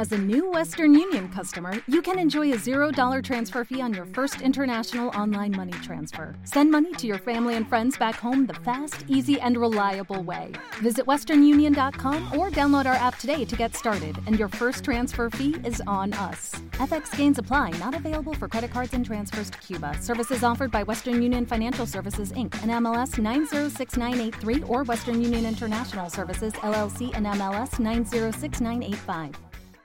As a new Western Union customer, you can enjoy a $0 transfer fee on your first international online money transfer. Send money to your family and friends back home the fast, easy, and reliable way. Visit westernunion.com or download our app today to get started, and your first transfer fee is on us. FX gains apply, not available for credit cards and transfers to Cuba. Services offered by Western Union Financial Services, Inc., and MLS 906983, or Western Union International Services, LLC, and MLS 906985.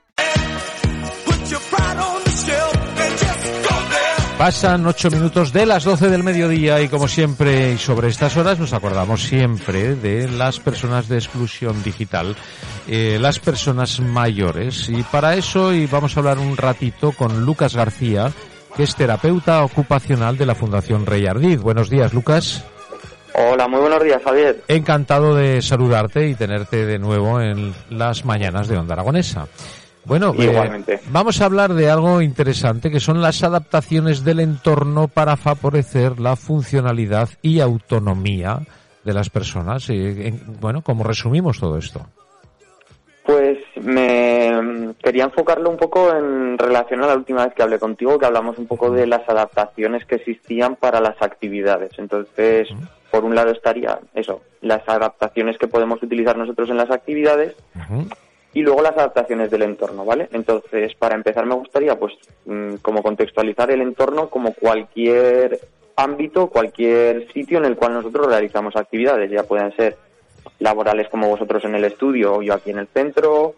Pasan 8 minutos de las 12 del mediodía y como siempre y sobre estas horas nos acordamos siempre de las personas de exclusión digital, las personas mayores, y para eso vamos a hablar un ratito con Lucas García, que es terapeuta ocupacional de la Fundación Rey Ardiz. Buenos días, Lucas. Hola, muy buenos días, Javier. Encantado de saludarte y tenerte de nuevo en las mañanas de Onda Aragonesa. Bueno, igualmente. Vamos a hablar de algo interesante, que son las adaptaciones del entorno para favorecer la funcionalidad y autonomía de las personas. Bueno, ¿cómo resumimos todo esto? Pues me quería enfocarlo un poco en relación a la última vez que hablé contigo, que hablamos un poco de las adaptaciones que existían para las actividades. Entonces, por un lado estaría eso, las adaptaciones que podemos utilizar nosotros en las actividades, y luego las adaptaciones del entorno, ¿vale? Entonces, para empezar me gustaría, pues, como contextualizar el entorno como cualquier ámbito, cualquier sitio en el cual nosotros realizamos actividades, ya pueden ser laborales como vosotros en el estudio o yo aquí en el centro,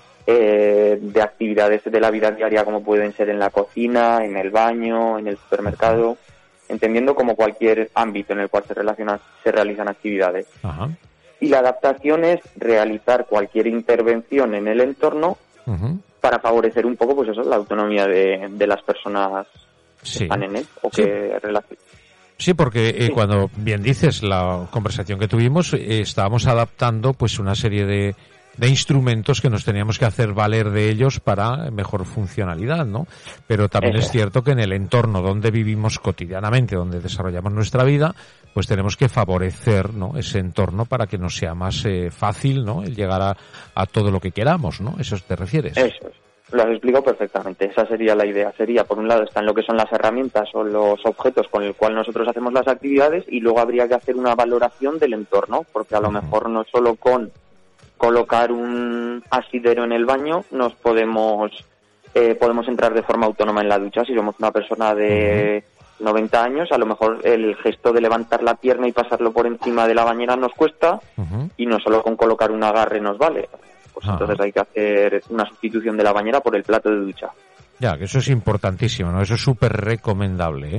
de actividades de la vida diaria como pueden ser en la cocina, en el baño, en el supermercado, entendiendo como cualquier ámbito en el cual se realizan actividades. Ajá. Y la adaptación es realizar cualquier intervención en el entorno para favorecer un poco, pues eso, la autonomía de las personas que están en él o que relacionan. Sí, porque cuando bien dices la conversación que tuvimos, estábamos adaptando pues una serie de instrumentos que nos teníamos que hacer valer de ellos para mejor funcionalidad, ¿no? Pero también es cierto que en el entorno donde vivimos cotidianamente, donde desarrollamos nuestra vida, pues tenemos que favorecer, ¿no?, ese entorno para que nos sea más fácil, ¿no?, el llegar a todo lo que queramos, ¿no? ¿Eso te refieres? Eso es. Lo has explicado perfectamente. Esa sería la idea. Sería, por un lado, están lo que son las herramientas o los objetos con el cual nosotros hacemos las actividades, y luego habría que hacer una valoración del entorno, porque a lo mejor no solo con colocar un asidero en el baño nos podemos entrar de forma autónoma en la ducha. Si somos una persona de 90 años, a lo mejor el gesto de levantar la pierna y pasarlo por encima de la bañera nos cuesta, y no solo con colocar un agarre nos vale. Pues entonces hay que hacer una sustitución de la bañera por el plato de ducha. Ya, que eso es importantísimo, ¿no? Eso es súper recomendable, ¿eh?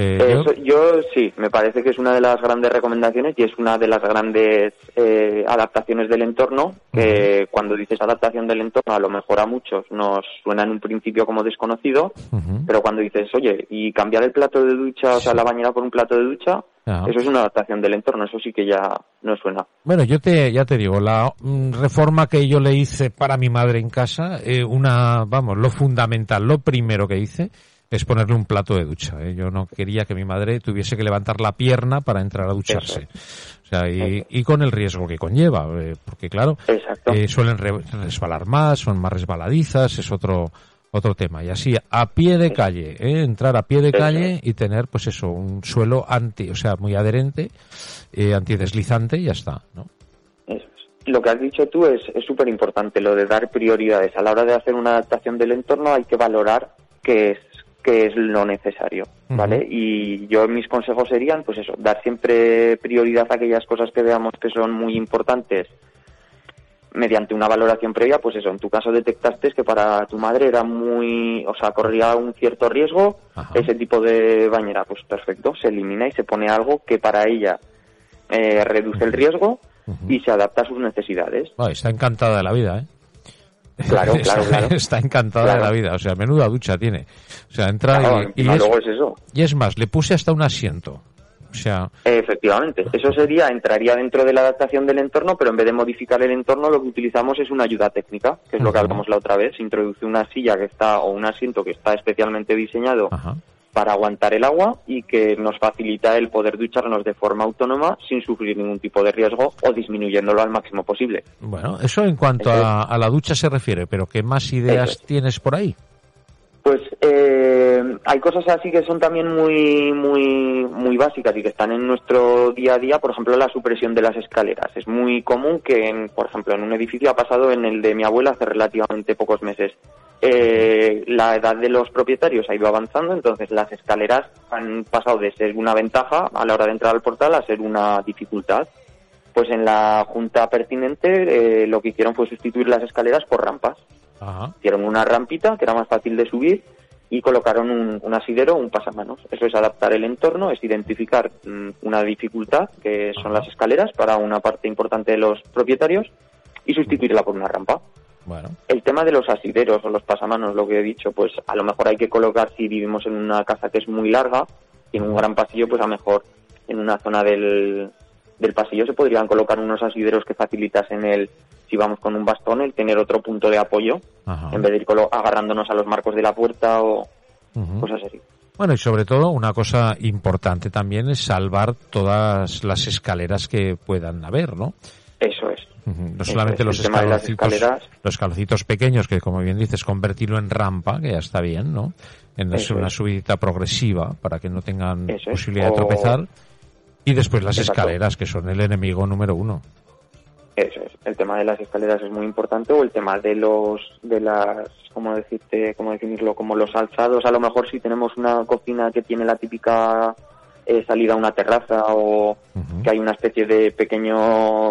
Yo sí, me parece que es una de las grandes recomendaciones y es una de las grandes adaptaciones del entorno, que cuando dices adaptación del entorno a lo mejor a muchos nos suena en un principio como desconocido, pero cuando dices, oye, y cambiar el plato de ducha, o sea, la bañera por un plato de ducha, eso es una adaptación del entorno, eso sí que ya no suena. Bueno, ya te digo, la reforma que yo le hice para mi madre en casa, lo fundamental, lo primero que hice es ponerle un plato de ducha, ¿eh? Yo no quería que mi madre tuviese que levantar la pierna para entrar a ducharse. O sea, y con el riesgo que conlleva, porque claro, suelen resbalar más, son más resbaladizas, es otro tema. Y así, a pie de calle, entrar a pie de calle y tener, pues eso, un suelo muy adherente, antideslizante, y ya está, ¿no? Lo que has dicho tú es súper importante, lo de dar prioridades. A la hora de hacer una adaptación del entorno hay que valorar qué es lo necesario, ¿vale? Y mis consejos serían, pues eso, dar siempre prioridad a aquellas cosas que veamos que son muy importantes mediante una valoración previa. Pues eso, en tu caso detectaste que para tu madre era corría un cierto riesgo ese tipo de bañera. Pues perfecto, se elimina y se pone algo que para ella reduce el riesgo y se adapta a sus necesidades. Está encantada de la vida, ¿eh? Claro. Está encantada de la vida, o sea, menuda ducha tiene. O sea, entra luego es eso. Y es más, le puse hasta un asiento. O sea, efectivamente, eso entraría dentro de la adaptación del entorno, pero en vez de modificar el entorno, lo que utilizamos es una ayuda técnica, que es lo que hablamos la otra vez. Se introduce una silla o un asiento que está especialmente diseñado para aguantar el agua y que nos facilita el poder ducharnos de forma autónoma sin sufrir ningún tipo de riesgo o disminuyéndolo al máximo posible. Bueno, eso en cuanto a la ducha se refiere, pero ¿qué más ideas tienes por ahí? Pues hay cosas así que son también muy básicas y que están en nuestro día a día. Por ejemplo, la supresión de las escaleras. Es muy común que, por ejemplo, en un edificio, ha pasado en el de mi abuela hace relativamente pocos meses, la edad de los propietarios ha ido avanzando, entonces las escaleras han pasado de ser una ventaja a la hora de entrar al portal a ser una dificultad. Pues en la junta pertinente lo que hicieron fue sustituir las escaleras por rampas. Ajá. Hicieron una rampita que era más fácil de subir y colocaron un asidero, un pasamanos. Eso es adaptar el entorno, es identificar una dificultad, que son las escaleras, para una parte importante de los propietarios, y sustituirla por una rampa. Bueno. El tema de los asideros o los pasamanos, lo que he dicho, pues a lo mejor hay que colocar, si vivimos en una casa que es muy larga, y en un gran pasillo, pues a lo mejor en una zona del pasillo se podrían colocar unos asideros que facilitasen si vamos con un bastón, el tener otro punto de apoyo, Ajá. en vez de ir agarrándonos a los marcos de la puerta o cosas así. Bueno, y sobre todo una cosa importante también es salvar todas las escaleras que puedan haber, ¿no? Eso es. No solamente los escaloncitos pequeños, que como bien dices, convertirlo en rampa, que ya está bien, ¿no? En una subidita progresiva para que no tengan posibilidad de tropezar. Y después las escaleras, que son el enemigo número uno. Eso es. El tema de las escaleras es muy importante, o el tema de las, ¿cómo definirlo? Como los alzados. A lo mejor si tenemos una cocina que tiene la típica salida a una terraza, o que hay una especie de pequeño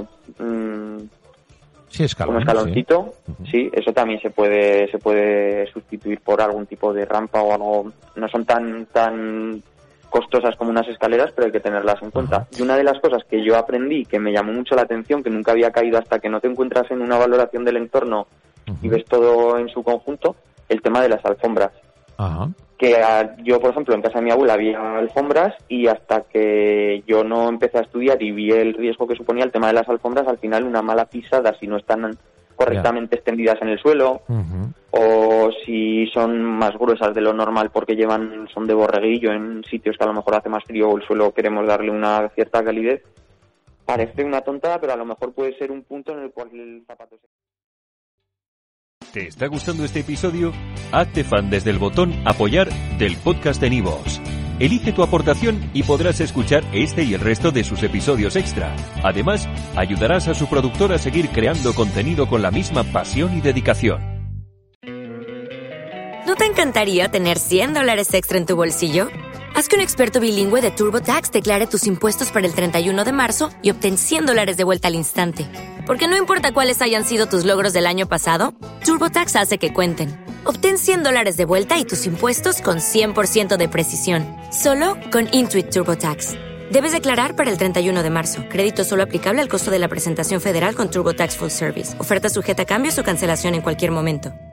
escaloncito, sí, eso también se puede sustituir por algún tipo de rampa o algo. No son tan costosas como unas escaleras, pero hay que tenerlas en cuenta. Y una de las cosas que yo aprendí, que me llamó mucho la atención, que nunca había caído hasta que no te encuentras en una valoración del entorno y ves todo en su conjunto, el tema de las alfombras. Que yo, por ejemplo, en casa de mi abuela había alfombras, y hasta que yo no empecé a estudiar y vi el riesgo que suponía el tema de las alfombras, al final una mala pisada, si no están correctamente extendidas en el suelo, o si son más gruesas de lo normal porque son de borreguillo en sitios que a lo mejor hace más frío o el suelo queremos darle una cierta calidez, parece una tontada, pero a lo mejor puede ser un punto en el cual el zapato se... ¿Te está gustando este episodio? Hazte fan desde el botón Apoyar del podcast de Nivos. Elige tu aportación y podrás escuchar este y el resto de sus episodios extra. Además, ayudarás a su productor a seguir creando contenido con la misma pasión y dedicación. ¿No te encantaría tener $100 extra en tu bolsillo? Haz que un experto bilingüe de TurboTax declare tus impuestos para el 31 de marzo y obtén $100 de vuelta al instante. Porque no importa cuáles hayan sido tus logros del año pasado, TurboTax hace que cuenten. Obtén $100 de vuelta y tus impuestos con 100% de precisión. Solo con Intuit TurboTax. Debes declarar para el 31 de marzo. Crédito solo aplicable al costo de la presentación federal con TurboTax Full Service. Oferta sujeta a cambios o cancelación en cualquier momento.